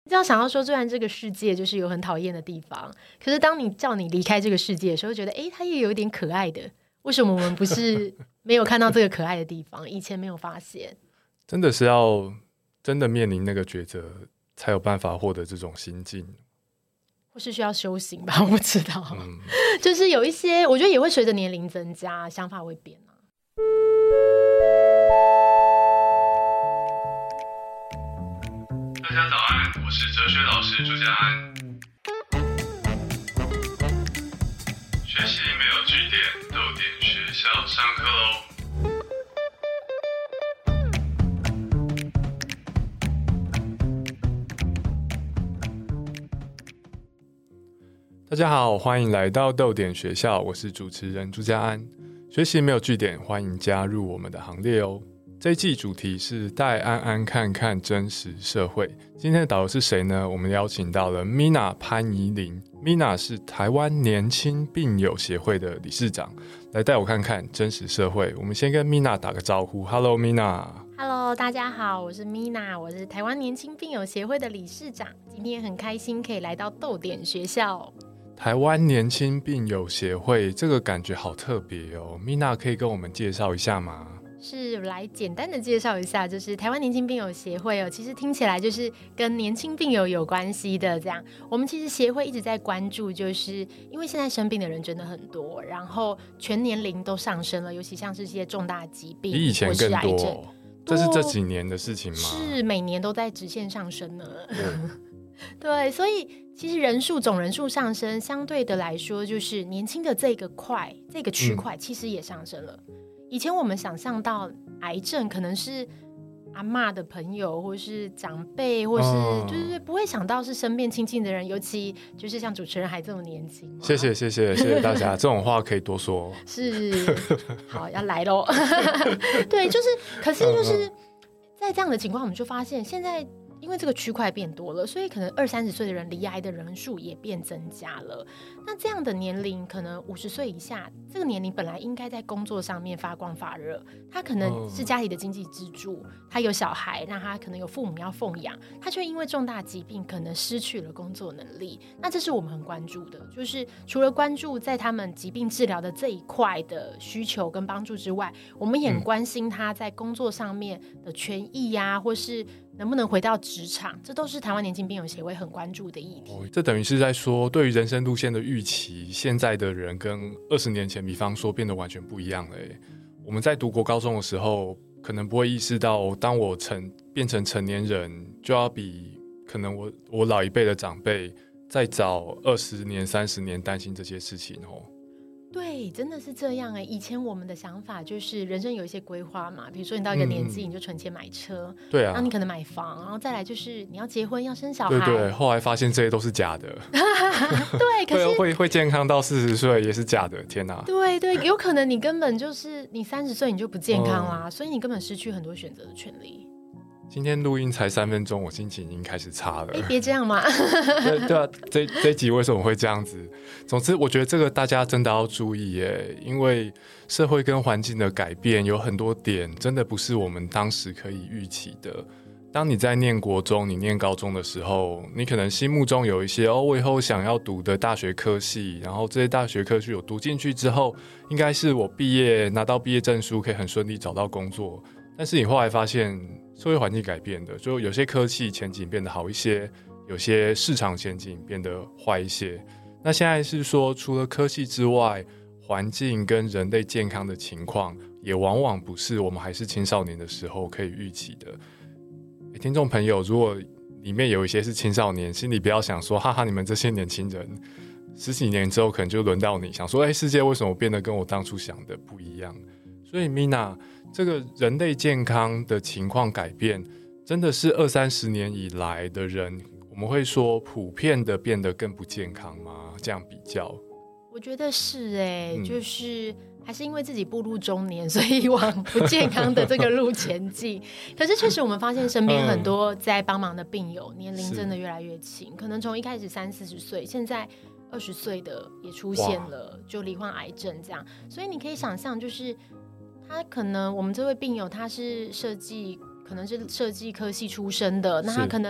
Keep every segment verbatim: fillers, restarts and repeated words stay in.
你只要想到说，虽然这个世界就是有很讨厌的地方，可是当你叫你离开这个世界的时候，觉得哎，它也有一点可爱的。为什么我们不是没有看到这个可爱的地方？以前没有发现， 真的是要真的面临那个抉择，才有办法获得这种心境。 或是需要修行吧，我不知道、嗯、就是有一些我觉得也会随着年龄增加想法会变、啊、 大家早安，我是哲学老师朱家安。学习没有据点，逗点学校上课喽。 大家好，欢迎来到逗点学校，我是主持人朱家安。学习没有据点，欢迎加入我们的行列哦。这一季主题是带安安看看真实社会。今天的导游是谁呢？我们邀请到了 Mina 潘怡玲。 Mina 是台湾年轻病友协会的理事长，来带我看看真实社会。我们先跟 Mina 打个招呼。 Hello Mina。 Hello 大家好，我是 Mina， 我是台湾年轻病友协会的理事长。今天很开心可以来到逗点学校。 台湾年轻病友协会，这个感觉好特别哦。 Mina 可以跟我们介绍一下吗？ 是，来简单的介绍一下，就是台湾年轻病友协会哦，其实听起来就是跟年轻病友有关系的这样。我们其实协会一直在关注，就是因为现在生病的人真的很多，然后全年龄都上升了，尤其像是一些重大疾病， 比以前更多、哦、这是这几年的事情吗？ 是，每年都在直线上升呢。对，所以其实人数总人数上升，相对的来说，就是年轻的这个块这个区块其实也上升了、嗯。以前我们想象到癌症可能是阿嬷的朋友，或是长辈，或是就是不会想到是身边亲近的人，尤其就是像主持人还这么年轻。 谢谢谢谢谢谢大家，这种话可以多说。 是，好，要来咯。对，就是，可是就是在这样的情况，我们就发现现在。因为这个区块变多了，所以可能二三十岁的人罹癌的人数也变增加了。那这样的年龄，可能五十岁以下，这个年龄本来应该在工作上面发光发热，他可能是家里的经济支柱，他有小孩，那他可能有父母要奉养，他却因为重大疾病可能失去了工作能力。那这是我们很关注的，就是除了关注在他们疾病治疗的这一块的需求跟帮助之外，我们也很关心他在工作上面的权益呀、啊，或是能不能回到职场，这都是台湾年轻病友协会很关注的议题、哦、 这等于是在说对于人生路线的预期，现在的人跟二十年前比方说变得完全不一样了耶。我们在读国高中的时候可能不会意识到，当我成变成成年人就要比可能 我, 我老一辈的长辈再早二十年三十年担心这些事情哦。 对，真的是这样哎。以前我们的想法就是人生有一些规划嘛，比如说你到一个年纪、嗯、你就存钱买车， 对啊， 然后你可能买房，然后再来就是你要结婚要生小孩。 对对，后来发现这些都是假的。 对，可是会, 会健康到四十岁也是假的，天哪。 对对，有可能你根本就是你三十岁你就不健康啦、嗯，所以你根本失去很多选择的权利。 今天录音才三分钟，我心情已经开始差了。 哎，别这样嘛。 对对啊，这这一集为什么会这样子？总之，我觉得这个大家真的要注意耶，因为社会跟环境的改变有很多点，真的不是我们当时可以预期的。当你在念国中、你念高中的时候，你可能心目中有一些哦，我以后想要读的大学科系，然后这些大学科系我读进去之后，应该是我毕业拿到毕业证书，可以很顺利找到工作。但是你后来发现社会环境改变的，就有些科技前景变得好一些，有些市场前景变得坏一些。那现在是说除了科技之外，环境跟人类健康的情况也往往不是我们还是青少年的时候可以预期的。欸，听众朋友，如果里面有一些是青少年，心里不要想说哈哈，你们这些年轻人十几年之后可能就轮到你，想说哎，世界为什么变得跟我当初想的不一样。所以 Mina，这个人类健康的情况改变，真的是二三十年以来的人，我们会说普遍的变得更不健康吗？这样比较， 我觉得是哎、欸嗯，就是还是因为自己步入中年，所以往不健康的这个路前进。可是确实我们发现身边很多在帮忙的病友、嗯、年龄真的越来越轻，可能从一开始三四十岁，现在二十岁的也出现了，就罹患癌症这样。所以你可以想象，就是他可能我们这位病友他是设计可能是设计科系出身的，那他可能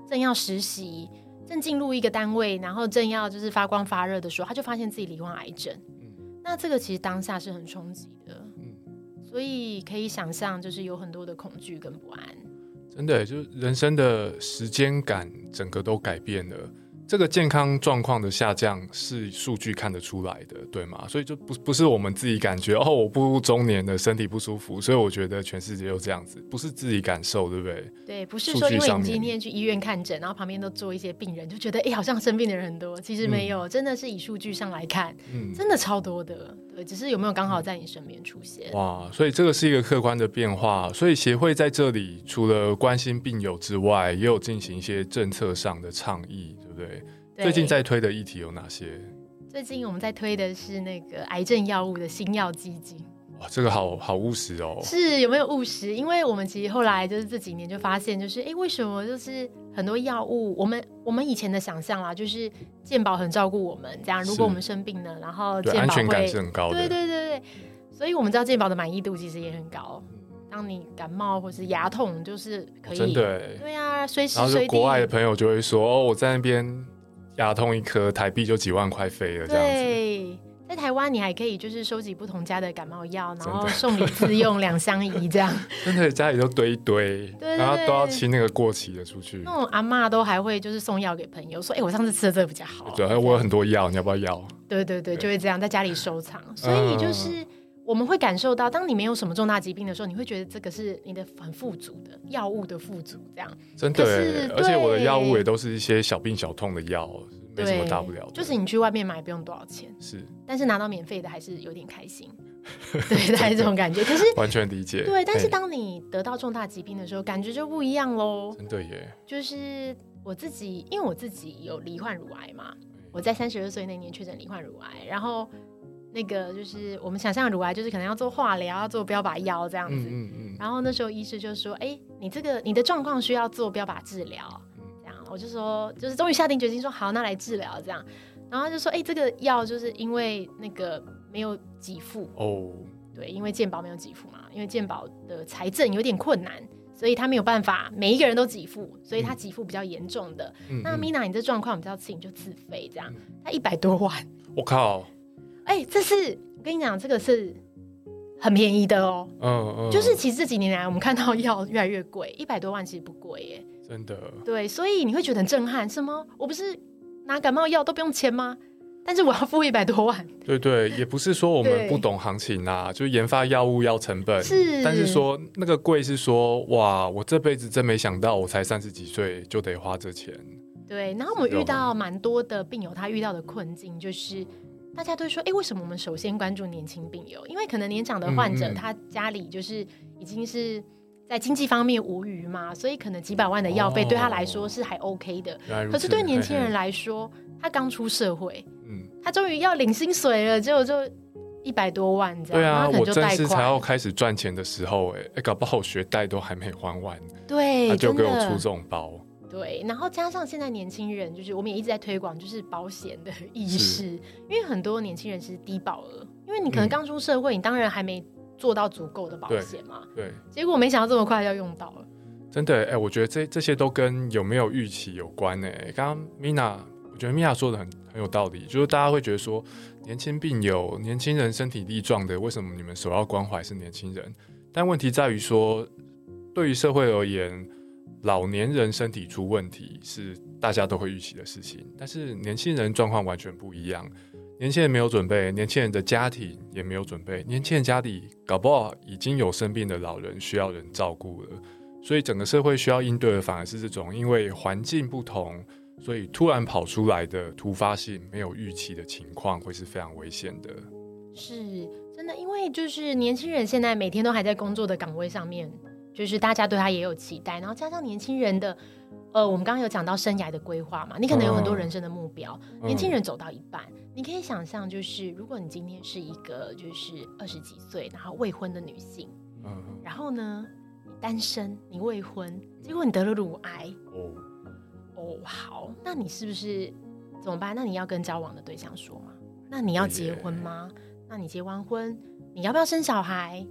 正要实习，正进入一个单位，然后正要就是发光发热的时候，他就发现自己罹患癌症。嗯，那这个其实当下是很冲击的。嗯，所以可以想象，就是有很多的恐惧跟不安。 真的，就是人生的时间感整个都改变了。这个健康状况的下降是数据看得出来的，对吗？所以就不不是我们自己感觉哦，我步入中年的身体不舒服，所以我觉得全世界都这样子，不是自己感受，对不对？ 对，不是说因为你今天去医院看诊，然后旁边都坐一些病人，就觉得哎，好像生病的人很多，其实没有，嗯、真的是以数据上来看，嗯、真的超多的。对，只是有没有刚好在你身边出现？哇， 所以这个是一个客观的变化。所以协会在这里除了关心病友之外，也有进行一些政策上的倡议，对不对？最近在推的议题有哪些？ 最近我们在推的是那个癌症药物的新药基金。 哇，这个好好务实哦。 是，有没有务实？因为我们其实后来就是这几年就发现，就是哎，为什么就是很多药物，我们我们以前的想象啦，就是健保很照顾我们，这样如果我们生病了，然后健保会安全感是很高的。 对对对对，所以我们知道健保的满意度其实也很高。当你感冒或是牙痛，就是可以、 哦、真的耶， 对啊，随时随地。 然后就国外的朋友就会说，哦，我在那边牙痛一颗台币就几万块飞了，这样子。 对，在台湾你还可以就是收集不同家的感冒药，然后送你自用两相宜这样。 真的，家里都堆一堆，对对对，然后都要清那个过期的出去。 那种阿嬷都还会就是送药给朋友，说，哎、欸，我上次吃的这个比较好。 对，我有很多药，你要不要要？ 对对对，就会这样在家里收藏。所以就是。嗯，我们会感受到，当你没有什么重大疾病的时候，你会觉得这个是你的很富足的药物的富足，这样真的。而且我的药物也都是一些小病小痛的药，没什么大不了的。 就是你去外面买不用多少钱， 是， 但是拿到免费的还是有点开心。对，大概这种感觉。可是完全理解。 对，但是当你得到重大疾病的时候，感觉就不一样喽。 真的耶。 就是我自己，因为我自己有罹患乳癌嘛，我在三十二岁那年确诊罹患乳癌，然后。那个就是我们想象的乳癌，就是可能要做化疗，要做标靶药这样子。嗯嗯嗯，然后那时候医师就说：“哎、欸，你这个你的状况需要做标靶治疗。”这样，我就说，就是终于下定决心说好，那来治疗这样。然后他就说：“哎、欸，这个药就是因为那个没有给付哦，对，因为健保没有给付嘛，因为健保的财政有点困难，所以他没有办法每一个人都给付，所以他给付比较严重的。嗯、那 Mina 你这状况比较轻，就自费这样。他一百多万， 我靠！” 哎、欸，这是我跟你讲，这个是很便宜的哦。嗯嗯，就是其实这几年来，我们看到药越来越贵，一百多万其实不贵耶。 真的。对， 所以你会觉得很震撼，什么？我不是拿感冒药都不用钱吗？但是我要付一百多万。 对对，也不是说我们不懂行情啊，就研发药物要成本。是。但是说那个贵是说，哇，我这辈子真没想到，我才三十几岁就得花这钱。 对，然后我们遇到蛮多的病友，他遇到的困境就是。大家都会说，哎、欸，为什么我们首先关注年轻病友？因为可能年长的患者，嗯嗯他家里就是已经是在经济方面无余嘛，所以可能几百万的药费对他来说是还 OK 的。哦、可是对年轻人来说，嘿嘿他刚出社会，嗯，他终于要领薪水了，结果就一百多万这样。 对啊， 他可能就贷款我正是才要开始赚钱的时候、欸，哎，搞不好我学贷都还没还完， 对， 他就给我出这种包。 对，然后加上现在年轻人，就是我们也一直在推广，就是保险的意识，因为很多年轻人是低保额，因为你可能刚出社会，嗯、你当然还没做到足够的保险嘛，对，对结果没想到这么快要用到了， 真的，哎、欸，我觉得这这些都跟有没有预期有关，哎，刚刚 Mina， 我觉得 Mina 说的很很有道理，就是大家会觉得说，年轻病友、年轻人身体力壮的，为什么你们首要关怀是年轻人？但问题在于说，对于社会而言。老年人身体出问题是大家都会预期的事情，但是年轻人状况完全不一样。年轻人没有准备，年轻人的家庭也没有准备，年轻人家里搞不好已经有生病的老人需要人照顾了，所以整个社会需要应对的反而是这种因为环境不同，所以突然跑出来的突发性没有预期的情况会是非常危险的。 是真的，因为就是年轻人现在每天都还在工作的岗位上面，就是大家对他也有期待，然后加上年轻人的，呃，我们刚刚有讲到生涯的规划嘛，你可能有很多人生的目标，嗯、年轻人走到一半，你可以想象，就是如果你今天是一个就是二十几岁，然后未婚的女性，嗯、然后呢，你单身，你未婚，结果你得了乳癌，哦，哦，好，那你是不是怎么办？那你要跟交往的对象说吗？那你要结婚吗？那你结完婚，你要不要生小孩？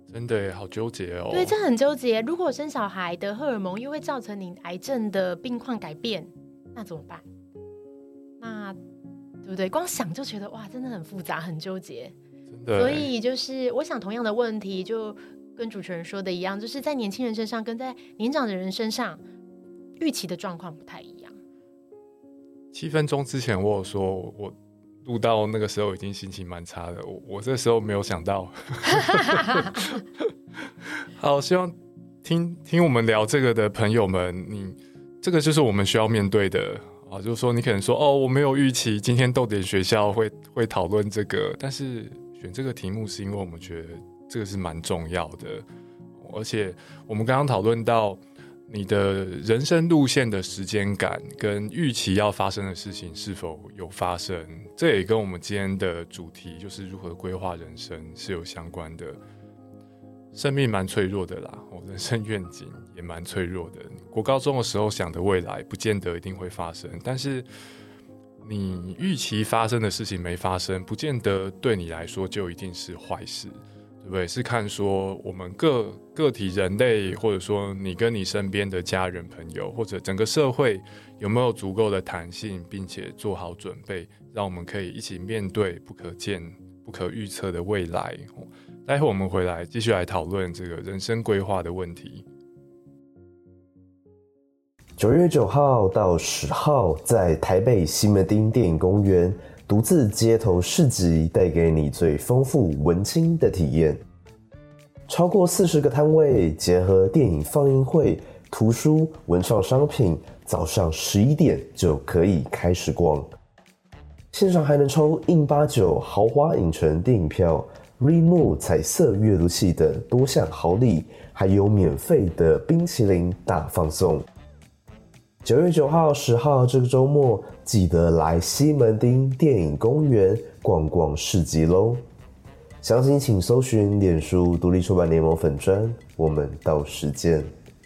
真的耶，好纠结哦。 对，这很纠结。如果生小孩的荷尔蒙又会造成你癌症的病况改变，那怎么办？那对不对？光想就觉得哇，真的很复杂，很纠结。 真的。 所以就是我想同样的问题就跟主持人说的一样，就是在年轻人身上跟在年长的人身上预期的状况不太一样。 七分钟之前我有说我录到那个时候已经心情蛮差的， 我, 我这时候没有想到好，希望听听我们聊这个的朋友们，你这个就是我们需要面对的啊，就是说你可能说哦，我没有预期今天逗点学校会会讨论这个，但是选这个题目是因为我们觉得这个是蛮重要的，而且我们刚刚讨论到你的人生路线的时间感跟预期要发生的事情是否有发生，这也跟我们今天的主题就是如何规划人生是有相关的。生命蛮脆弱的啦，人生愿景也蛮脆弱的，国高中的时候想的未来不见得一定会发生，但是你预期发生的事情没发生，不见得对你来说就一定是坏事，对不对？是看说我们个个体人类，或者说你跟你身边的家人朋友，或者整个社会有没有足够的弹性，并且做好准备，让我们可以一起面对不可见不可预测的未来。待会我们回来继续来讨论这个人生规划的问题。 九月九号到十号，在台北西门町电影公园独自街头市集，带给你最丰富文青的体验。超过四十个摊位，结合电影放映会、图书、文创商品，早上十一点就可以开始逛。现场还能抽印八九豪华影城电影票、Readmoo 彩色阅读器等多项好礼，还有免费的冰淇淋大放送。九月九号、十号这个周末，记得来西门町电影公园逛逛市集咯。详情请搜寻脸书独立出版联盟粉专，我们到时见。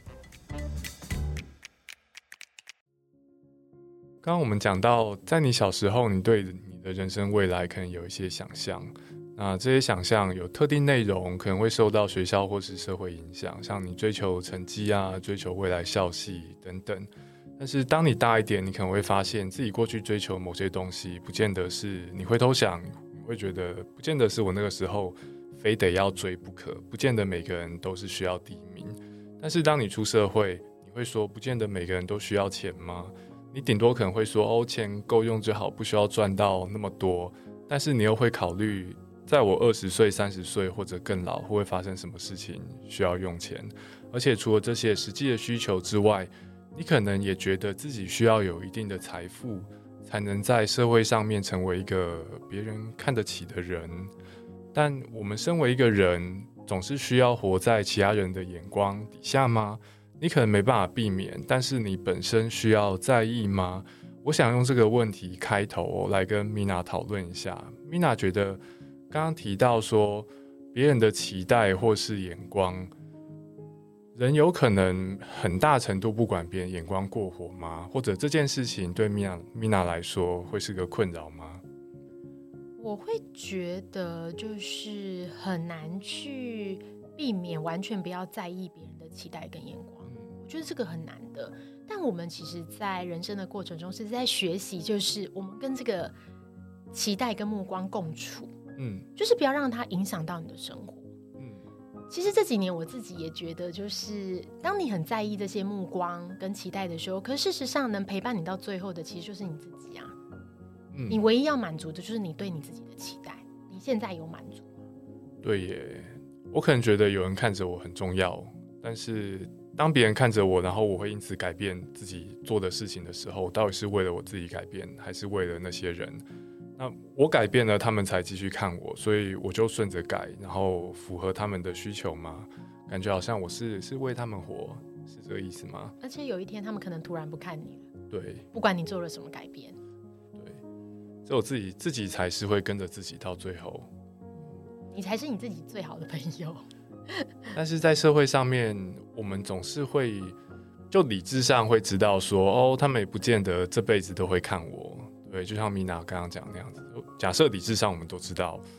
刚刚我们讲到，在你小时候，你对你的人生未来可能有一些想象，那这些想象有特定内容，可能会受到学校或是社会影响，像你追求成绩啊，追求未来校系等等。但是当你大一点，你可能会发现自己过去追求某些东西，不见得是你回头想，你会觉得不见得是我那个时候非得要追不可，不见得每个人都是需要第一名。但是当你出社会，你会说，不见得每个人都需要钱吗？你顶多可能会说，哦，钱够用就好，不需要赚到那么多。但是你又会考虑，在我二十岁、三十岁或者更老，会不会发生什么事情需要用钱？而且除了这些实际的需求之外，你可能也觉得自己需要有一定的财富，才能在社会上面成为一个别人看得起的人。但我们身为一个人，总是需要活在其他人的眼光底下吗？你可能没办法避免，但是你本身需要在意吗？我想用这个问题开头来跟 Mina 讨论一下。Mina 觉得刚刚提到说别人的期待或是眼光，人有可能很大程度不管别人眼光过火吗？或者这件事情对 Mina, Mina 来说会是个困扰吗？ 我会觉得就是很难去避免完全不要在意别人的期待跟眼光，我觉得这个很难的。但我们其实在人生的过程中是在学习，就是我们跟这个期待跟目光共处，嗯，就是不要让它影响到你的生活。嗯，其实这几年我自己也觉得，就是当你很在意这些目光跟期待的时候，可是事实上能陪伴你到最后的其实就是你自己啊。嗯，你唯一要满足的就是你对你自己的期待，你现在有满足吗？ 对耶，我可能觉得有人看着我很重要，但是当别人看着我，然后我会因此改变自己做的事情的时候，到底是为了我自己改变，还是为了那些人？那我改变了，他们才继续看我，所以我就顺着改，然后符合他们的需求吗？感觉好像我是是为他们活，是这个意思吗？ 而且有一天他们可能突然不看你了， 对， 不管你做了什么改变， 对，只有自己自己才是会跟着自己到最后， 你才是你自己最好的朋友。 但是在社会上面，我们总是会就理智上会知道说，哦，他们也不见得这辈子都会看我。对，就像 Mina 刚刚讲那样子，假设理智上我们都知道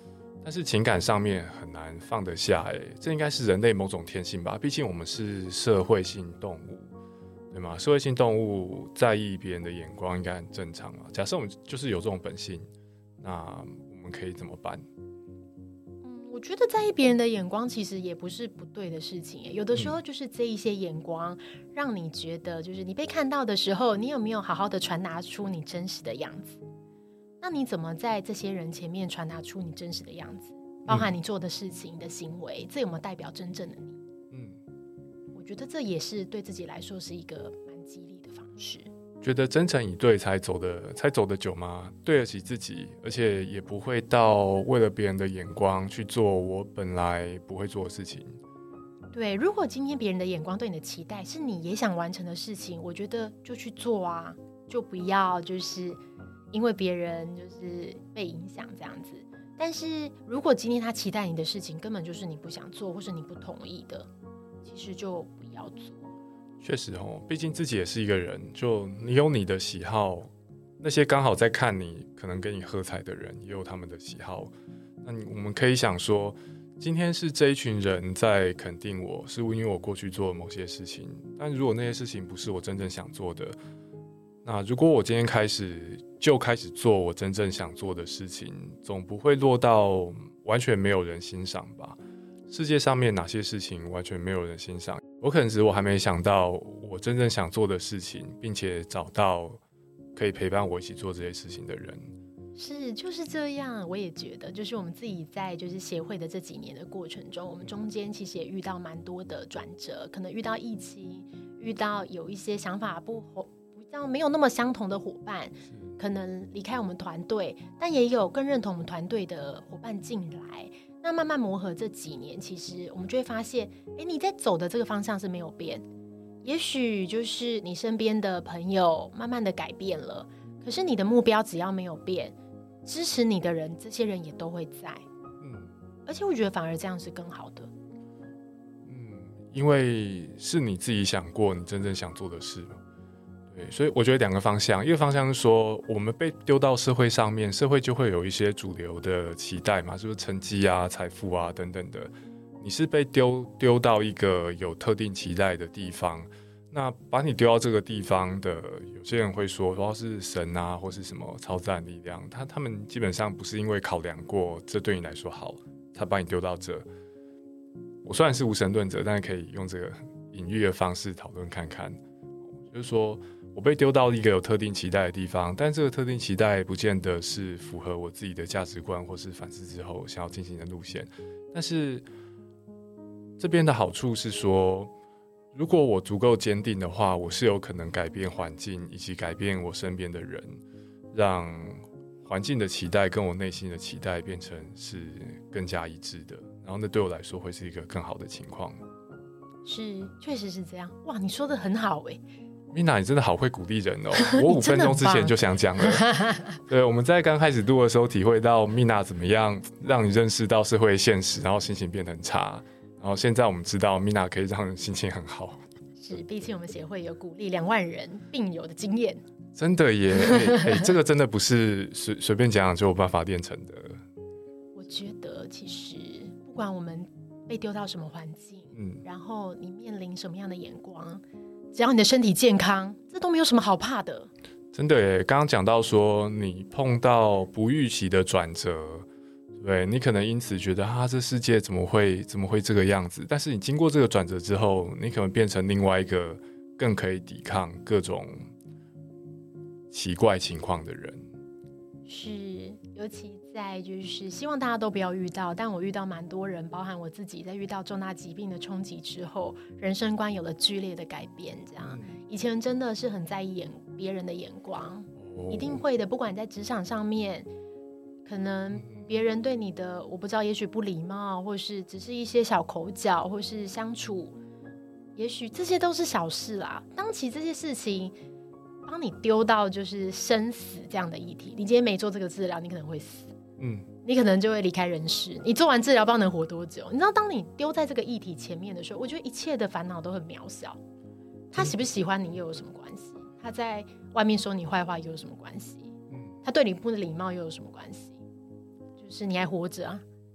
但是情感上面很难放得下，哎，这应该是人类某种天性吧？毕竟我们是社会性动物，对吗？社会性动物在意别人的眼光应该很正常嘛。假设我们就是有这种本性，那我们可以怎么办？ 嗯，我觉得在意别人的眼光其实也不是不对的事情，有的时候就是这一些眼光让你觉得，就是你被看到的时候，你有没有好好的传达出你真实的样子？那你怎么在这些人前面传达出你真实的样子？包含你做的事情、你的行为，这有没有代表真正的你？嗯，我觉得这也是对自己来说是一个蛮激励的方式。 觉得真诚以对才走得才走得久吗？对得起自己，而且也不会到为了别人的眼光去做我本来不会做的事情。 对，如果今天别人的眼光对你的期待是你也想完成的事情，我觉得就去做啊，就不要就是因为别人就是被影响这样子。但是如果今天他期待你的事情根本就是你不想做或是你不同意的，其实就不要做。 确实哦，毕竟自己也是一个人，就你有你的喜好，那些刚好在看你可能跟你喝彩的人也有他们的喜好。那我们可以想说，今天是这一群人在肯定我，是因为我过去做了某些事情，但如果那些事情不是我真正想做的，那如果我今天开始就开始做我真正想做的事情，总不会落到完全没有人欣赏吧？世界上面哪些事情完全没有人欣赏？我可能只是我还没想到我真正想做的事情，并且找到可以陪伴我一起做这些事情的人。 是，就是这样。我也觉得，就是我们自己在就是协会的这几年的过程中，我们中间其实也遇到蛮多的转折，可能遇到疫情，遇到有一些想法不合。没有那么相同的伙伴可能离开我们团队，但也有更认同我们团队的伙伴进来，那慢慢磨合这几年，其实我们就会发现，诶，你在走的这个方向是没有变，也许就是你身边的朋友慢慢的改变了，可是你的目标只要没有变，支持你的人，这些人也都会在。嗯，而且我觉得反而这样是更好的。 嗯，因为是你自己想过你真正想做的事嘛。对，所以我觉得两个方向，一个方向是说我们被丢到社会上面，社会就会有一些主流的期待嘛，就是成绩啊、财富啊等等的。你是被丢丢到一个有特定期待的地方，那把你丢到这个地方的，有些人会说，主要是神啊，或是什么超自然力量，他他们基本上不是因为考量过这对你来说好，才把你丢到这。我虽然是无神论者，但是可以用这个隐喻的方式讨论看看，就是说。我被丢到一个有特定期待的地方，但这个特定期待不见得是符合我自己的价值观或是反思之后想要进行的路线。但是这边的好处是说，如果我足够坚定的话，我是有可能改变环境以及改变我身边的人，让环境的期待跟我内心的期待变成是更加一致的，然后那对我来说会是一个更好的情况。 是，确实是这样。哇，你说的很好耶。 Mina， 你真的好会鼓励人哦！我五分钟之前就想讲了。对，我们在刚开始录的时候，体会到 Mina 怎么样让你认识到社会现实，然后心情变得很差。然后现在我们知道 Mina 可以让人心情很好。 是，毕竟我们协会有鼓励两万人病友的经验。 真的耶！欸欸、这个真的不是随随便讲讲就有办法练成的。 我觉得其实不管我们被丢到什么环境，嗯，然后你面临什么样的眼光。只要你的身体健康，这都没有什么好怕的。 真的耶，刚刚讲到说你碰到不预期的转折，对，你可能因此觉得啊，这世界怎么会怎么会这个样子？但是你经过这个转折之后，你可能变成另外一个更可以抵抗各种奇怪情况的人。 是，尤其在就是希望大家都不要遇到，但我遇到蛮多人，包含我自己，在遇到重大疾病的冲击之后，人生观有了剧烈的改变。这样，以前真的是很在意眼别人的眼光，哦、一定会的。不管你在职场上面，可能别人对你的，我不知道，也许不礼貌，或是只是一些小口角，或是相处，也许这些都是小事啦。当起这些事情。帮你丢到就是生死这样的议题，你今天没做这个治疗，你可能会死，嗯，你可能就会离开人世。你做完治疗，不知道能活多久。你知道，当你丢在这个议题前面的时候，我觉得一切的烦恼都很渺小。他喜不喜欢你又有什么关系？他在外面说你坏话又有什么关系？他对你不礼貌又有什么关系？就是你还活着啊。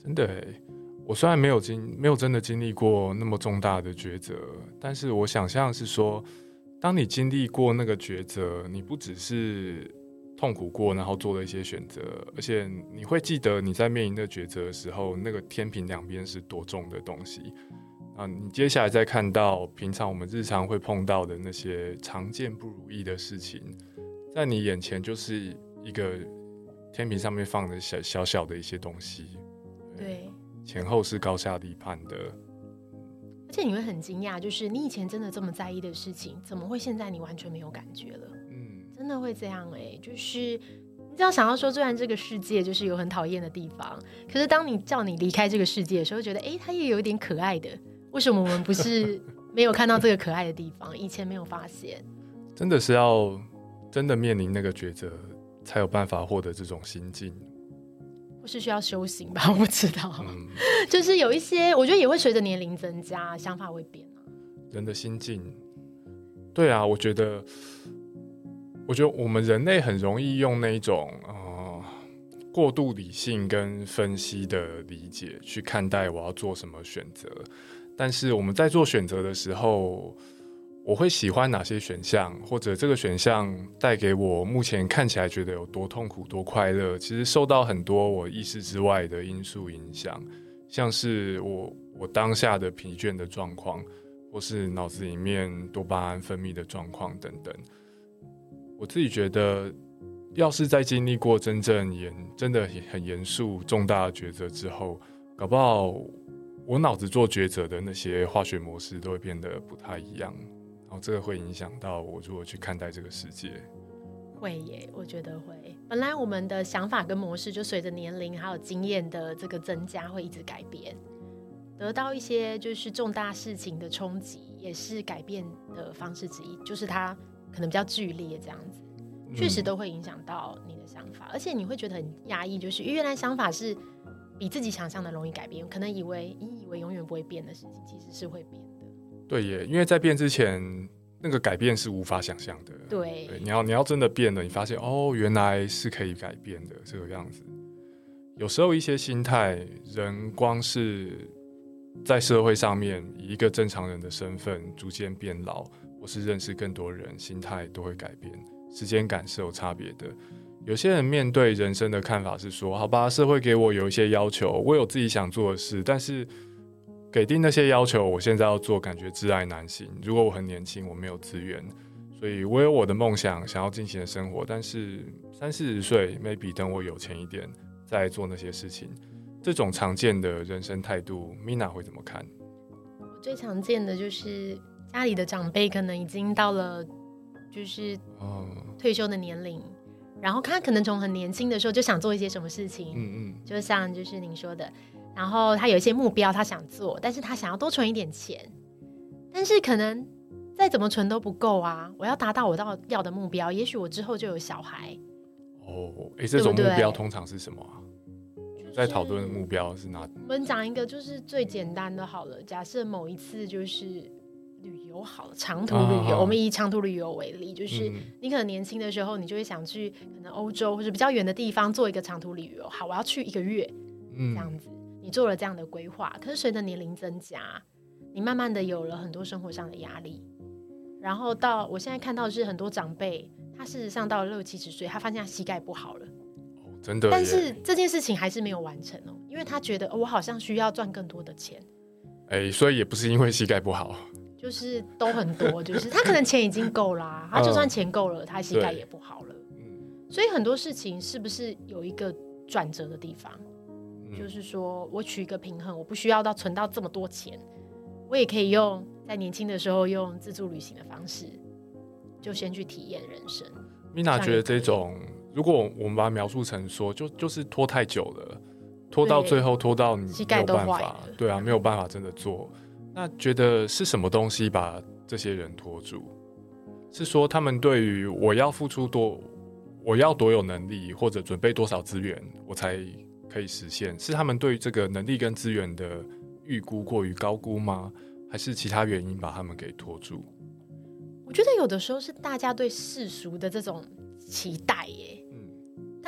真的耶，我虽然没有经没有真的经历过那么重大的抉择，但是我想象是说，当你经历过那个抉择，你不只是痛苦过，然后做了一些选择，而且你会记得你在面临的抉择的时候，那个天平两边是多重的东西。啊，你接下来再看到平常我们日常会碰到的那些常见不如意的事情，在你眼前就是一个天平上面放的小小小的一些东西， 对， 前后是高下立判的。 而且你会很惊讶，就是你以前真的这么在意的事情，怎么会现在你完全没有感觉了？嗯，真的会这样哎、欸，就是你只要想到说，虽然这个世界就是有很讨厌的地方，可是当你叫你离开这个世界的时候，觉得哎、欸，它也有一点可爱的。为什么我们不是没有看到这个可爱的地方？以前没有发现， 真的是要真的面临那个抉择，才有办法获得这种心境。 或是需要修行吧，我不知道。嗯、就是有一些，我觉得也会随着年龄增加，想法会变啊。 人的心境，对啊，我觉得，我觉得我们人类很容易用那一种呃过度理性跟分析的理解去看待我要做什么选择。但是我们在做选择的时候，我会喜欢哪些选项，或者这个选项带给我目前看起来觉得有多痛苦多快乐，其实受到很多我意识之外的因素影响，像是我我当下的疲倦的状况，或是脑子里面多巴胺分泌的状况等等。我自己觉得，要是在经历过真正严真的很严肃重大的抉择之后，搞不好我脑子做抉择的那些化学模式都会变得不太一样，然后这个会影响到我如何去看待这个世界。 会耶，我觉得会。本来我们的想法跟模式就随着年龄还有经验的这个增加会一直改变，得到一些就是重大事情的冲击也是改变的方式之一，就是它可能比较剧烈这样子，确实都会影响到你的想法、嗯、而且你会觉得很压抑，就是原来想法是比自己想象的容易改变，可能以为以为永远不会变的事情其实是会变的。 对耶，因为在变之前那个改变是无法想象的。 对, 对，你要你要真的变了，你发现哦原来是可以改变的这个样子。有时候一些心态，人光是在社会上面以一个正常人的身份逐渐变老，或是认识更多人，心态都会改变，时间感是有差别的。有些人面对人生的看法是说，好吧，社会给我有一些要求，我有自己想做的事，但是给定那些要求，我现在要做感觉窒碍难行。如果我很年轻，我没有资源，所以我有我的梦想想要进行的生活，但是三四十岁 maybe 等我有钱一点再做那些事情。这种常见的人生态度 Mina 会怎么看？ 我最常见的就是家里的长辈可能已经到了就是退休的年龄、嗯，然后他可能从很年轻的时候就想做一些什么事情，嗯嗯，就像就是您说的，然后他有一些目标他想做，但是他想要多存一点钱，但是可能再怎么存都不够啊！我要达到我要的目标，也许我之后就有小孩。 哦，哎，这种目标通常是什么啊？就是、在讨论的目标是哪？ 我们讲一个就是最简单的好了，假设某一次就是旅游好了，长途旅游、啊，我们以长途旅游为例，就是你可能年轻的时候，你就会想去可能欧洲或者比较远的地方做一个长途旅游。好，我要去一个月，嗯，这样子，你做了这样的规划。可是随着年龄增加，你慢慢的有了很多生活上的压力，然后到我现在看到的是很多长辈，他事实上到了六七十岁，他发现他膝盖不好了。 哦，真的耶。 但是这件事情还是没有完成哦，因为他觉得、哦、我好像需要赚更多的钱。 哎，所以也不是因为膝盖不好。 就是都很多，就是他可能钱已经够啦、啊，他就算钱够了，他膝盖也不好了。所以很多事情是不是有一个转折的地方、嗯？就是说我取一个平衡，我不需要到存到这么多钱，我也可以用在年轻的时候用自助旅行的方式，就先去体验人生。 Mina 觉得这种，如果我们把它描述成说，就就是拖太久了，拖到最后拖到你膝盖都坏了， 对啊，没有办法真的做。那觉得是什么东西把这些人拖住？是说他们对于我要付出多，我要多有能力，或者准备多少资源，我才可以实现？是他们对于这个能力跟资源的预估过于高估吗？还是其他原因把他们给拖住？ 我觉得有的时候是大家对世俗的这种期待耶。嗯，当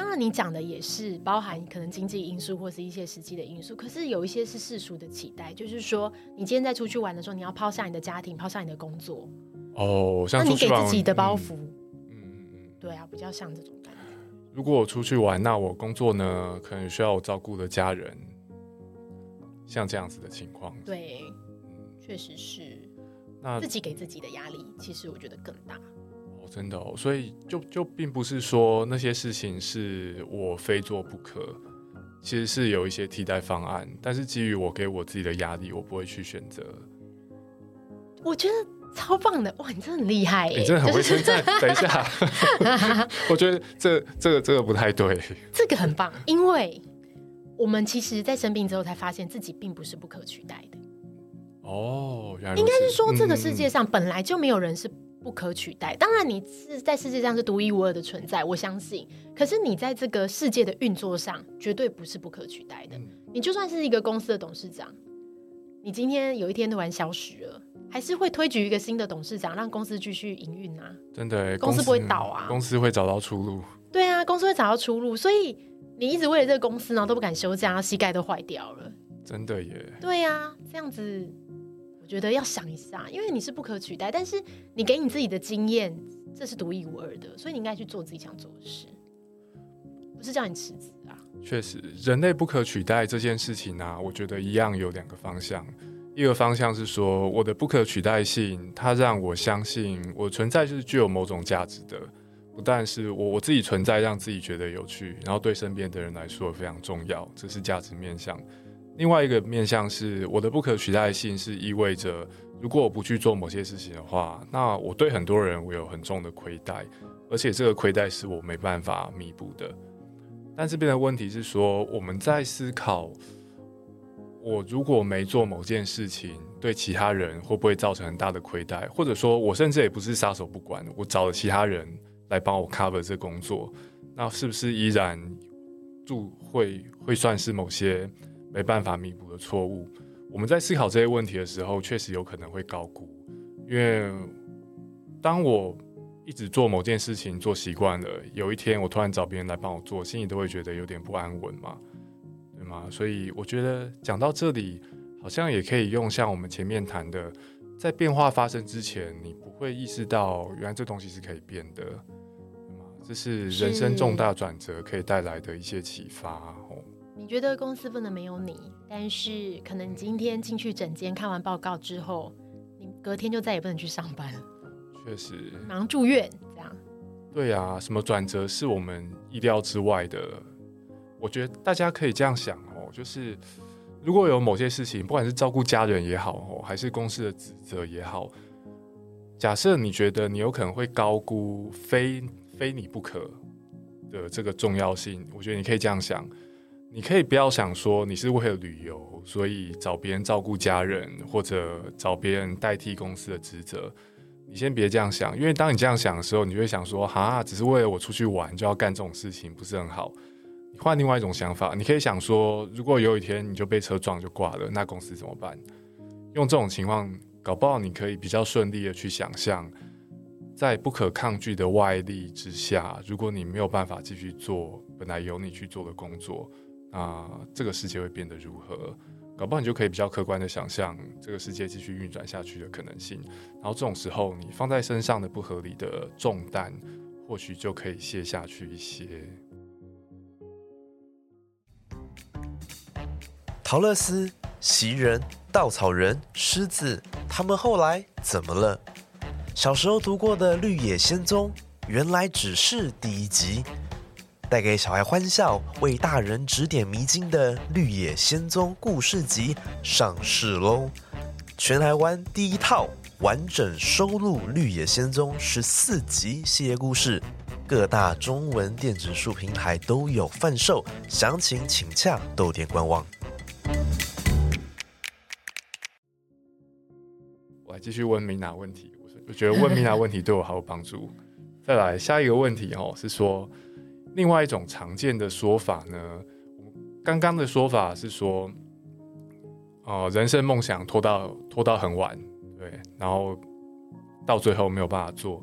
当然你讲的也是包含可能经济因素或是一些实际的因素，可是有一些是世俗的期待，就是说你今天在出去玩的时候，你要抛下你的家庭，抛下你的工作。 哦，像那出去玩你给自己的包袱， 嗯嗯嗯， 对啊，比较像这种感觉。 如果我出去玩，那我工作呢，可能需要我照顾的家人，像这样子的情况。 对，确实是。 那自己给自己的压力，其实我觉得更大。 哦，真的哦，所以就就并不是说那些事情是我非做不可，其实是有一些替代方案，但是基于我给我自己的压力，我不会去选择。 我觉得超棒的，哇，你真的很厉害耶！ 你真的很会称赞。就是、等一下，我觉得这这个这个不太对。 这个很棒，因为我们其实，在生病之后才发现自己并不是不可取代的。 哦，原来应该是说，这个世界上本来就没有人是不可取代。嗯、当然，你是在世界上是独一无二的存在，我相信。可是你在这个世界的运作上，绝对不是不可取代的。嗯、你就算是一个公司的董事长，你今天有一天突然消失了，还是会推举一个新的董事长，让公司继续营运啊。 真的， 公司不会倒啊， 公司会找到出路。 对啊，公司会找到出路。所以你一直为了这个公司，然后都不敢休假，然后膝盖都坏掉了。 真的耶。 对啊，这样子。我觉得要想一下，因为你是不可取代，但是你给你自己的经验，这是独一无二的，所以你应该去做自己想做的事，不是叫你辞职啊。 确实，人类不可取代这件事情啊，我觉得一样有两个方向。一个方向是说，我的不可取代性，它让我相信我存在是具有某种价值的，不但是我我自己存在让自己觉得有趣，然后对身边的人来说非常重要，这是价值面向。另外一个面向是我的不可取代性，是意味着如果我不去做某些事情的话，那我对很多人我有很重的亏待，而且这个亏待是我没办法弥补的。但这边的问题是说，我们在思考我如果没做某件事情，对其他人会不会造成很大的亏待，或者说我甚至也不是撒手不管，我找了其他人来帮我 cover 这工作，那是不是依然就会会算是某些没办法弥补的错误？我们在思考这些问题的时候，确实有可能会高估，因为当我一直做某件事情做习惯了，有一天我突然找别人来帮我做，心里都会觉得有点不安稳嘛，对吗？所以我觉得讲到这里，好像也可以用像我们前面谈的，在变化发生之前，你不会意识到原来这东西是可以变的，对吗？这是人生重大转折可以带来的一些启发哦。 你觉得公司不能没有你，但是可能你今天进去诊间看完报告之后，你隔天就再也不能去上班了。 确实， 马上住院这样。 对啊，什么转折是我们意料之外的？我觉得大家可以这样想哦，就是如果有某些事情，不管是照顾家人也好哦，还是公司的职责也好，假设你觉得你有可能会高估非非你不可的这个重要性，我觉得你可以这样想。你可以不要想说你是为了旅游，所以找别人照顾家人，或者找别人代替公司的职责。你先别这样想，因为当你这样想的时候，你就会想说，哈，只是为了我出去玩就要干这种事情，不是很好。你换另外一种想法，你可以想说，如果有一天你就被车撞就挂了，那公司怎么办？用这种情况，搞不好你可以比较顺利的去想象，在不可抗拒的外力之下，如果你没有办法继续做本来由你去做的工作，那这个世界会变得如何？搞不好你就可以比较客观的想象这个世界继续运转下去的可能性，然后这种时候你放在身上的不合理的重担，或许就可以卸下去一些。 桃乐丝、袭人、稻草人、狮子，他们后来怎么了？小时候读过的《绿野仙踪》，原来只是第一集。带给小孩欢笑、为大人指点迷津的《绿野仙踪》故事集上市喽！全台湾第一套完整收录《绿野仙踪》十四集系列故事，各大中文电子书平台都有贩售，详情请洽豆店官网。 我还继续问米娜问题，我觉得问米娜问题对我好有帮助。再来下一个问题哦，是说。另外一种常见的说法呢，刚刚的说法是说，呃，人生梦想拖到拖到很晚，对，然后到最后没有办法做。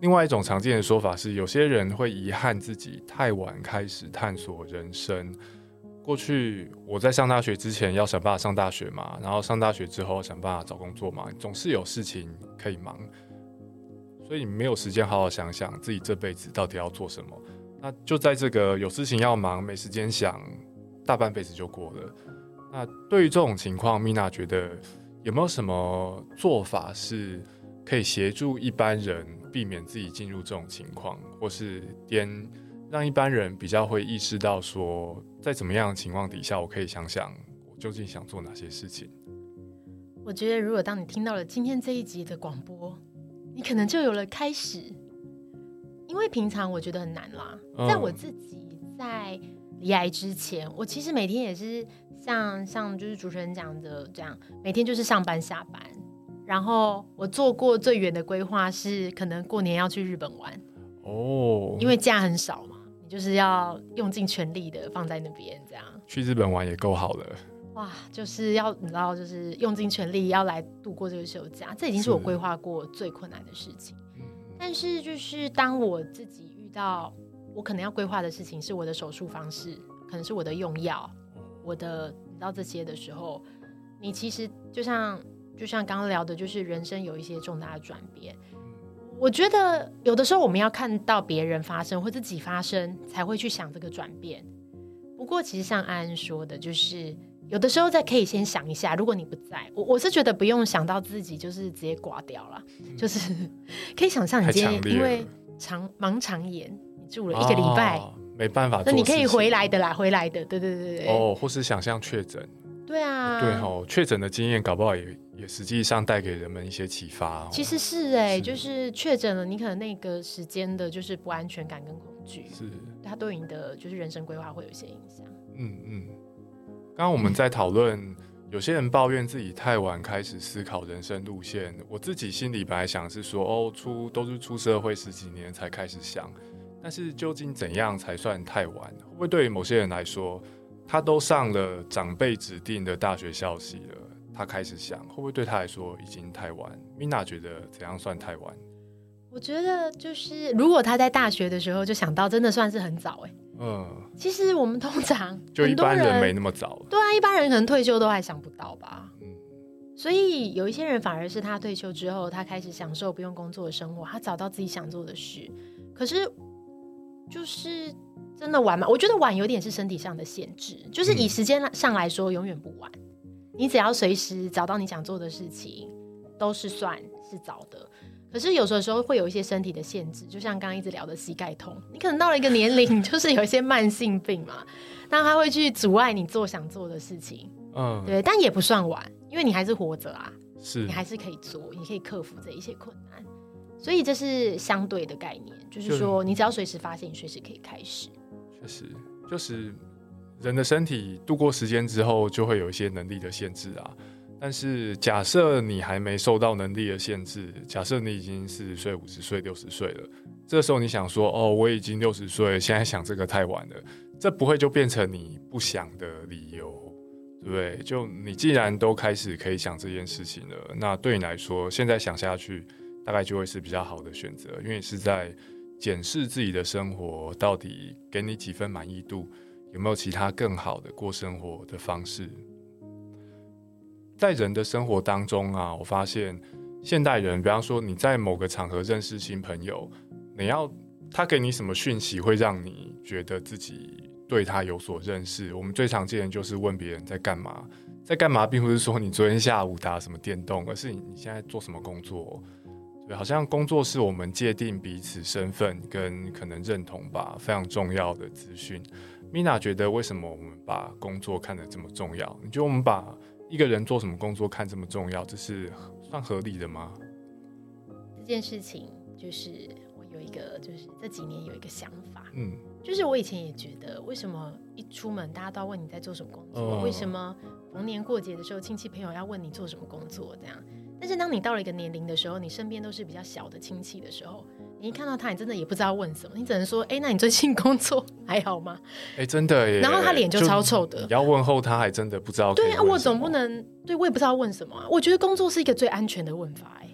另外一种常见的说法是，有些人会遗憾自己太晚开始探索人生。过去我在上大学之前要想办法上大学嘛，然后上大学之后想办法找工作嘛，总是有事情可以忙，所以你没有时间好好想想自己这辈子到底要做什么。那就在这个有事情要忙没时间想，大半辈子就过了。那对于这种情况，米娜觉得有没有什么做法是可以协助一般人避免自己进入这种情况，或是颠让一般人比较会意识到说，在怎么样的情况底下，我可以想想我究竟想做哪些事情。 我觉得如果当你听到了今天这一集的广播，你可能就有了开始，因为平常我觉得很难啦、嗯、在我自己在离癌之前，我其实每天也是像像就是主持人讲的这样，每天就是上班下班，然后我做过最远的规划是可能过年要去日本玩哦，因为假很少嘛，你就是要用尽全力的放在那边，这样去日本玩也够好了。 哇，就是要你知道，就是用尽全力要来度过这个休假，这已经是我规划过最困难的事情。但是就是当我自己遇到我可能要规划的事情是我的手术方式，可能是我的用药，我的你知道这些的时候，你其实就像就像刚刚聊的，就是人生有一些重大的转变。我觉得有的时候我们要看到别人发生或自己发生才会去想这个转变。不过其实像安安说的，就是有的时候再可以先想一下，如果你不在， 我, 我是觉得不用想到自己就是直接挂掉了、嗯、就是可以想象你今天因为肠盲肠炎你住了一个礼拜、哦、 没办法做事情， 那你可以回来的啦，回来的，对对对对哦，或是想象确诊， 对啊， 对哦，确诊的经验搞不好也也实际上带给人们一些启发、哦、 其实是哎、欸，就是确诊了，你可能那个时间的就是不安全感跟恐惧，是它对你的就是人生规划会有一些影响。 嗯嗯，刚刚我们在讨论、嗯、有些人抱怨自己太晚开始思考人生路线，我自己心里本来想是说哦，出都是出社会十几年才开始想，但是究竟怎样才算太晚？会不会对于某些人来说，他都上了长辈指定的大学校系了，他开始想，会不会对他来说已经太晚？ Mina 觉得怎样算太晚？ 我觉得就是如果他在大学的时候就想到，真的算是很早哎、欸。嗯，其实我们通常就一般人没那么早， 对啊，一般人可能退休都还想不到吧。嗯，所以有一些人反而是他退休之后，他开始享受不用工作的生活，他找到自己想做的事。可是就是真的晚吗？我觉得晚有点是身体上的限制，就是以时间上来说永远不晚、嗯、你只要随时找到你想做的事情都是算是早的。可是有时候会有一些身体的限制，就像刚刚一直聊的膝盖痛，你可能到了一个年龄就是有一些慢性病嘛，那它会去阻碍你做想做的事情。嗯，对，但也不算晚，因为你还是活着啊，是你还是可以做，你可以克服这一些困难，所以这是相对的概念，就是说你只要随时发现，你随时可以开始。 确实，就是人的身体度过时间之后，就会有一些能力的限制啊。但是假设你还没受到能力的限制，假设你已经四十岁、五十岁、六十岁了，这时候你想说哦，我已经六十岁了，现在想这个太晚了，这不会就变成你不想的理由，对不对？就你既然都开始可以想这件事情了，那对你来说，现在想下去大概就会是比较好的选择，因为你是在检视自己的生活到底给你几分满意度，有没有其他更好的过生活的方式。在人的生活当中啊，我发现现代人，比方说你在某个场合认识新朋友，你要他给你什么讯息会让你觉得自己对他有所认识？我们最常见的就是问别人在干嘛，在干嘛，并不是说你昨天下午打什么电动，而是你现在做什么工作。对，好像工作是我们界定彼此身份跟可能认同吧，非常重要的资讯。Mina 觉得为什么我们把工作看得这么重要？你觉得我们把一个人做什么工作看这么重要，这是算合理的吗？ 这件事情就是我有一个，就是这几年有一个想法，嗯，就是我以前也觉得，为什么一出门大家都要问你在做什么工作？哦、为什么逢年过节的时候亲戚朋友要问你做什么工作？这样，但是当你到了一个年龄的时候，你身边都是比较小的亲戚的时候，你一看到他，你真的也不知道问什么，你只能说：“哎、欸，那你最近工作还好吗？”哎、 欸，真的耶。 然后他脸就超臭的。 你要问候他，还真的不知道可以问什么。 对啊，我总不能对我也不知道问什么啊。我觉得工作是一个最安全的问法，哎。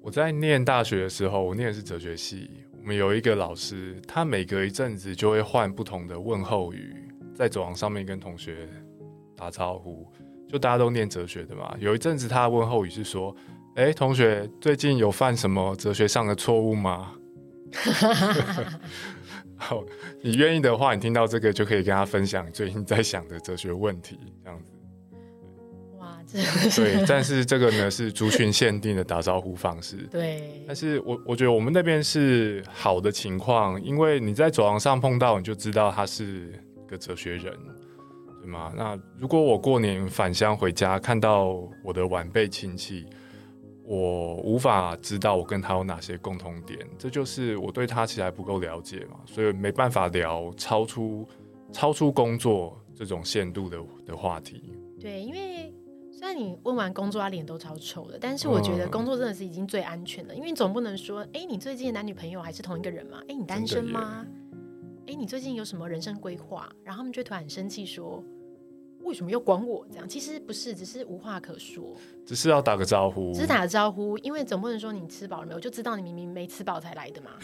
我在念大学的时候，我念的是哲学系，我们有一个老师，他每隔一阵子就会换不同的问候语，在走廊上面跟同学打招呼，就大家都念哲学的嘛。有一阵子他的问候语是说：“哎，同学，最近有犯什么哲学上的错误吗？”好，你愿意的话，你听到这个就可以跟他分享最近在想的哲学问题，这样子。 哇，真的是对，但是这个呢是族群限定的打招呼方式。 对， 但是我我觉得我们那边是好的情况，因为你在走廊上碰到，你就知道他是个哲学人，对吗？那如果我过年返乡回家，看到我的晚辈亲戚，我无法知道我跟他有哪些共同点，这就是我对他其实还不够了解嘛，所以没办法聊超出超出工作这种限度 的, 的话题。 对，因为虽然你问完工作他脸都超臭的，但是我觉得工作真的是已经最安全的，因为你总不能说，哎，你最近的男女朋友还是同一个人吗？哎，你单身吗？哎，你最近有什么人生规划？然后他们就会突然很生气说，为什么又管我？这样其实不是，只是无话可说， 只是要打个招呼， 只是打个招呼，因为总不能说你吃饱了没有，我就知道你明明没吃饱才来的嘛。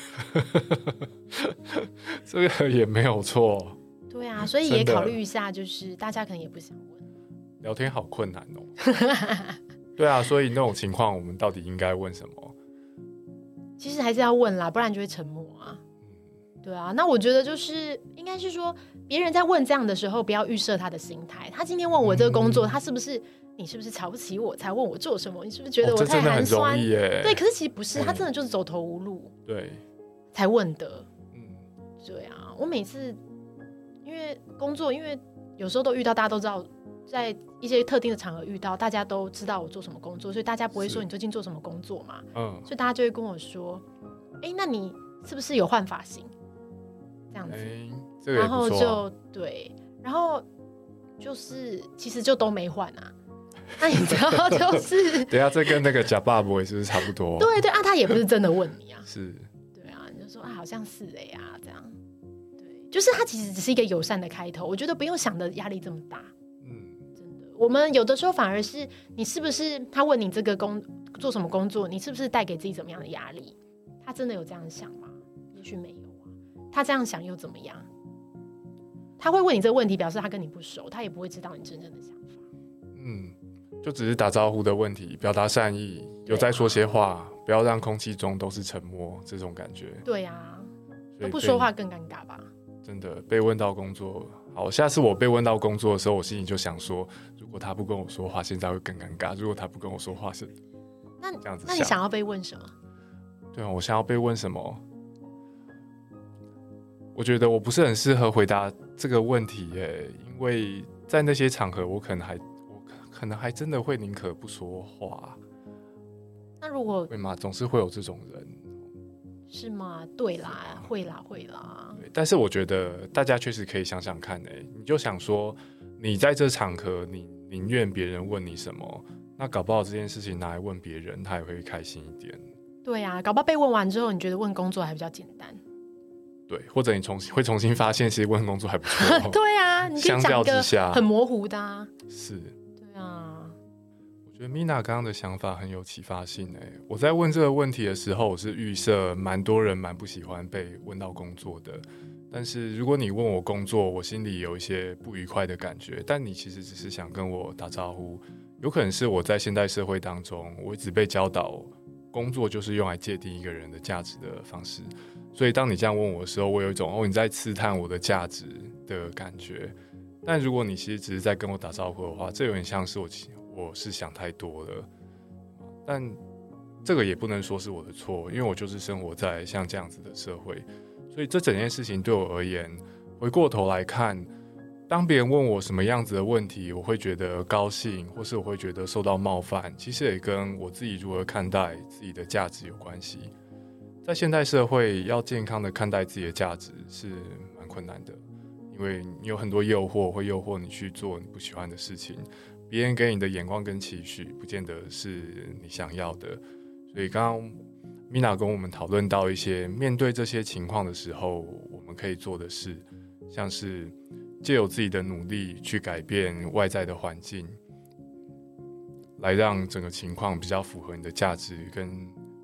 这个也没有错。 对啊，所以也考虑一下，就是大家可能也不想问，聊天好困难哦。对啊，所以那种情况我们到底应该问什么？ 其实还是要问啦，不然就会沉默啊。对啊，那我觉得就是应该是说，别人在问这样的时候，不要预设他的心态。他今天问我这个工作，嗯、他是不是你是不是瞧不起我才问我做什么？你是不是觉得我太寒酸？ 哦、 对，可是其实不是，他真的就是走投无路， 对， 才问的。嗯，对啊，我每次因为工作，因为有时候都遇到，大家都知道，在一些特定的场合遇到，大家都知道我做什么工作，所以大家不会说你最近做什么工作嘛。嗯，所以大家就会跟我说，哎，那你是不是有换发型？这样子，欸这个也不错啊、然后就对，然后就是其实就都没换啊。那你知道就是等一下这跟那个假爸爸也是不是差不多？ 对对啊，他也不是真的问你啊， 是， 对啊，你就说啊好像是哎呀、啊、这样，对，就是他其实只是一个友善的开头，我觉得不用想的压力这么大。嗯，真的，我们有的时候反而是你是不是他问你这个工做什么工作，你是不是带给自己怎么样的压力？他真的有这样想吗？也许没有。他这样想又怎么样？他会问你这个问题，表示他跟你不熟，他也不会知道你真正的想法。 嗯，就只是打招呼的问题，表达善意，有在说些话，不要让空气中都是沉默，这种感觉。 对啊，都不说话更尴尬吧？ 真的被问到工作，好，下次我被问到工作的时候，我心里就想说，如果他不跟我说话，现在会更尴尬；如果他不跟我说话，是那这样子想。 那你想要被问什么？ 对啊，我想要被问什么？我觉得我不是很适合回答这个问题耶，因为在那些场合，我可能还我可能还真的会宁可不说话。 那如果会吗？总是会有这种人， 是吗？对啦，会啦，会啦。 对，但是我觉得大家确实可以想想看，哎，你就想说，你在这场合，你宁愿别人问你什么，那搞不好这件事情拿来问别人，他也会开心一点。 对啊，搞不好被问完之后，你觉得问工作还比较简单。 对，或者你重新会重新发现，其实问工作还不错。 对啊，你可以讲一个很模糊的啊。 是。 对啊。 我觉得 Mina 刚刚的想法很有启发性诶、欸。我在问这个问题的时候，我是预设蛮多人蛮不喜欢被问到工作的。但是如果你问我工作，我心里有一些不愉快的感觉，但你其实只是想跟我打招呼，有可能是我在现代社会当中，我一直被教导，工作就是用来界定一个人的价值的方式。所以当你这样问我的时候，我有一种哦你在刺探我的价值的感觉。但如果你其实只是在跟我打招呼的话，这有点像是我我是想太多了。但这个也不能说是我的错，因为我就是生活在像这样子的社会。所以这整件事情对我而言，回过头来看，当别人问我什么样子的问题，我会觉得高兴，或是我会觉得受到冒犯，其实也跟我自己如何看待自己的价值有关系。在现代社会，要健康的看待自己的价值是蛮困难的，因为你有很多诱惑会诱惑你去做你不喜欢的事情，别人给你的眼光跟期许不见得是你想要的。所以刚刚 Mina 跟我们讨论到一些面对这些情况的时候我们可以做的事，像是藉由自己的努力去改变外在的环境，来让整个情况比较符合你的价值跟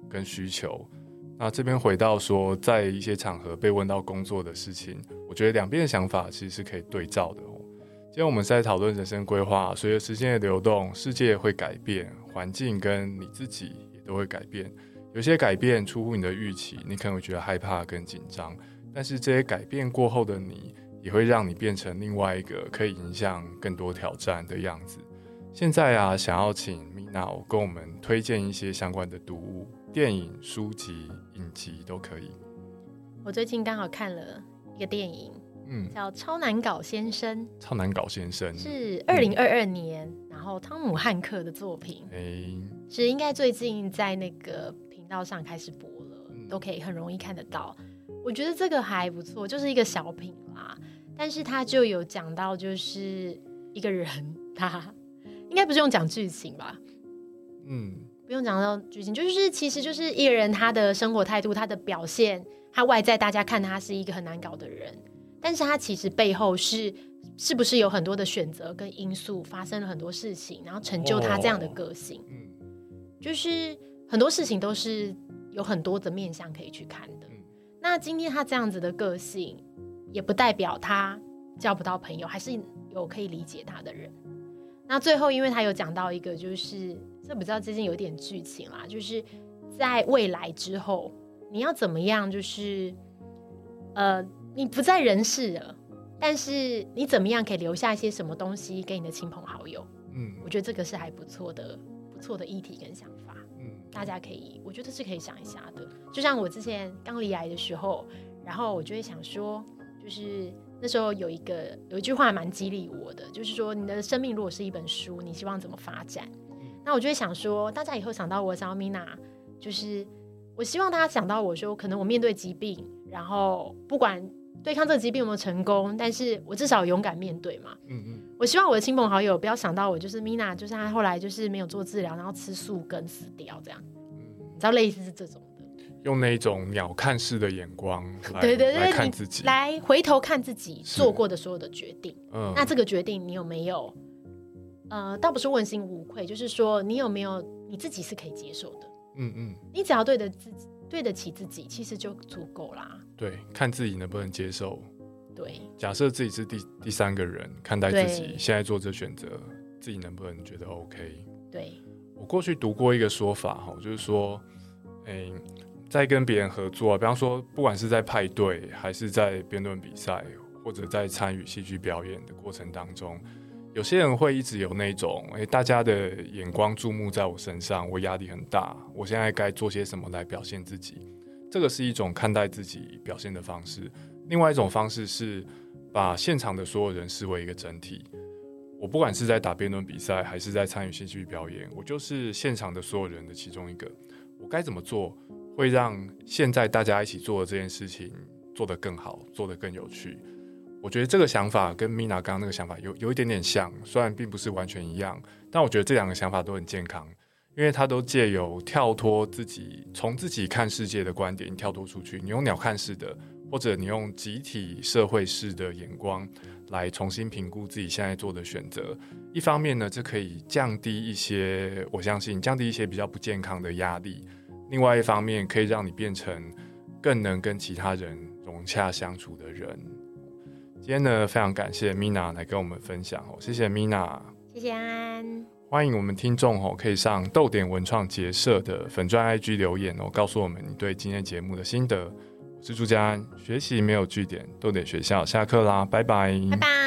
跟需求。那这边回到说，在一些场合被问到工作的事情，我觉得两边的想法其实是可以对照的哦。今天我们在讨论人生规划，随着时间的流动，世界会改变，环境跟你自己也都会改变。有些改变出乎你的预期，你可能会觉得害怕跟紧张，但是这些改变过后的你，也会让你变成另外一个可以影响更多挑战的样子。现在啊，想要请 Mina 跟我们推荐一些相关的读物、电影、书籍、影集都可以。 我最近刚好看了一个电影， 嗯， 叫《超难搞先生》， 超难搞先生是二零二二年、嗯，然后汤姆汉克的作品， 欸、 是应该最近在那个频道上开始播了、嗯，都可以很容易看得到。我觉得这个还不错，就是一个小品啦，但是他就有讲到，就是一个人他。应该不是用讲剧情吧，嗯，不用讲到剧情，就是其实就是一个人他的生活态度，他的表现，他外在大家看他是一个很难搞的人，但是他其实背后是是不是有很多的选择跟因素，发生了很多事情，然后成就他这样的个性、哦嗯、就是很多事情都是有很多的面向可以去看的、嗯、那今天他这样子的个性也不代表他交不到朋友，还是有可以理解他的人。那最后因为他有讲到一个，就是这不知道最近有点剧情啦，就是在未来之后你要怎么样，就是呃你不在人世了，但是你怎么样可以留下一些什么东西给你的亲朋好友。嗯，我觉得这个是还不错的不错的议题跟想法。嗯，大家可以我觉得是可以想一下的。就像我之前刚离癌的时候，然后我就会想说，就是那时候有一个有一句话蛮激励我的，就是说你的生命如果是一本书，你希望怎么发展？那我就会想说，大家以后想到我想到 Mina， 就是我希望大家想到我说，可能我面对疾病，然后不管对抗这个疾病有没有成功，但是我至少勇敢面对嘛。嗯嗯。我希望我的亲朋好友不要想到我就是 Mina， 就是他后来就是没有做治疗，然后吃素根死掉这样。嗯，你知道类似是这种。 用那种鸟瞰式的眼光来， 对对对， 来看自己， 来回头看自己做过的所有的决定。嗯，那这个决定你有没有？呃，倒不是问心无愧，就是说你有没有你自己是可以接受的。嗯嗯，你只要对得自己，对得起自己，其实就足够啦。 对，看自己能不能接受。 对， 假设自己是第第三个人看待自己，现在做这选择，自己能不能觉得 OK？ 对， 我过去读过一个说法，就是说，哎。在跟别人合作、啊、比方说不管是在派对还是在辩论比赛或者在参与戏剧表演的过程当中，有些人会一直有那种、欸、大家的眼光注目在我身上，我压力很大，我现在该做些什么来表现自己。这个是一种看待自己表现的方式。另外一种方式是把现场的所有人视为一个整体，我不管是在打辩论比赛还是在参与戏剧表演，我就是现场的所有人的其中一个，我该怎么做会让现在大家一起做的这件事情做得更好，做得更有趣。我觉得这个想法跟 Mina 刚刚那个想法 有, 有一点点像，虽然并不是完全一样，但我觉得这两个想法都很健康，因为它都借由跳脱自己，从自己看世界的观点跳脱出去，你用鸟瞰式的，或者你用集体社会式的眼光来重新评估自己现在做的选择。一方面呢，这可以降低一些，我相信降低一些比较不健康的压力，另外一方面可以让你变成更能跟其他人融洽相处的人。今天呢，非常感谢 Mina 来跟我们分享，谢谢 Mina， 谢谢安安。 欢迎我们听众可以上逗点文创结社的粉专 I G 留言，告诉我们你对今天节目的心得。我是朱家安，学习没有据点，逗点学校下课啦，拜拜， 拜拜。